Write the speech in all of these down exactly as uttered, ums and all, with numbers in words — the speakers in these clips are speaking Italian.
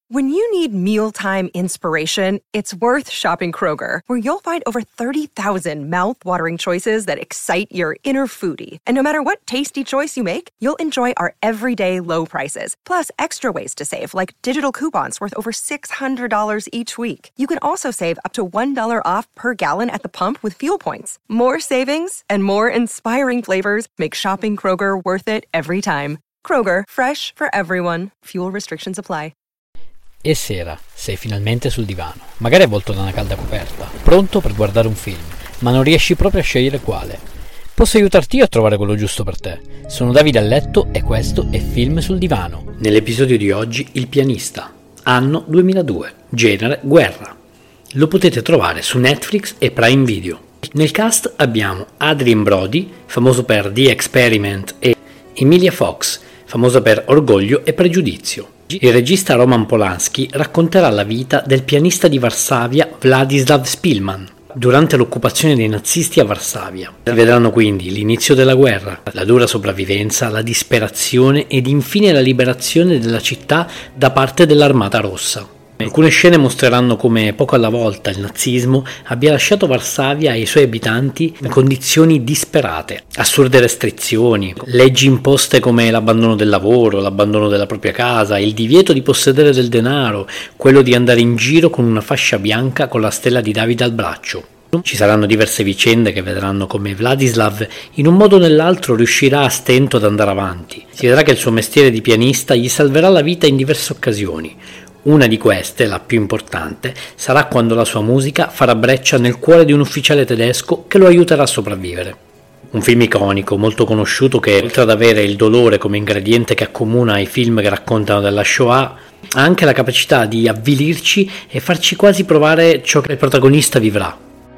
When you need mealtime inspiration, it's worth shopping Kroger, where you'll find over thirty thousand mouth-watering choices that excite your inner foodie. And no matter what tasty choice you make, you'll enjoy our everyday low prices, plus extra ways to save, like digital coupons worth over six hundred dollars each week. You can also save up to one dollar off per gallon at the pump with fuel points. More savings and more inspiring flavors make shopping Kroger worth it every time. Kroger, fresh for everyone. Fuel restrictions apply. E sera, sei finalmente sul divano, magari avvolto da una calda coperta, pronto per guardare un film, ma non riesci proprio a scegliere quale. Posso aiutarti io a trovare quello giusto per te. Sono Davide a letto e questo è Film sul divano. Nell'episodio di oggi Il pianista, anno duemiladue, genere guerra. Lo potete trovare su Netflix e Prime Video. Nel cast abbiamo Adrien Brody, famoso per The Experiment, e Emilia Fox, famosa per Orgoglio e Pregiudizio. Il regista Roman Polanski racconterà la vita del pianista di Varsavia Vladislav Szpilman durante l'occupazione dei nazisti a Varsavia. Vedranno quindi l'inizio della guerra, la dura sopravvivenza, la disperazione ed infine la liberazione della città da parte dell'Armata Rossa. Alcune scene mostreranno come poco alla volta il nazismo abbia lasciato Varsavia e i suoi abitanti in condizioni disperate, assurde restrizioni, leggi imposte come l'abbandono del lavoro, l'abbandono della propria casa, il divieto di possedere del denaro, quello di andare in giro con una fascia bianca con la stella di Davide al braccio. Ci saranno diverse vicende che vedranno come Vladislav in un modo o nell'altro riuscirà a stento ad andare avanti. Si vedrà che il suo mestiere di pianista gli salverà la vita in diverse occasioni. Una di queste, la più importante, sarà quando la sua musica farà breccia nel cuore di un ufficiale tedesco che lo aiuterà a sopravvivere. Un film iconico, molto conosciuto, che oltre ad avere il dolore come ingrediente che accomuna i film che raccontano della Shoah, ha anche la capacità di avvilirci e farci quasi provare ciò che il protagonista vivrà.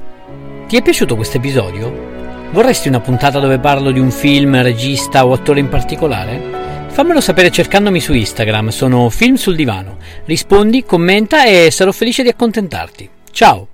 Ti è piaciuto questo episodio? Vorresti una puntata dove parlo di un film, regista o attore in particolare? Fammelo sapere cercandomi su Instagram, sono Film sul divano. Rispondi, commenta e sarò felice di accontentarti. Ciao!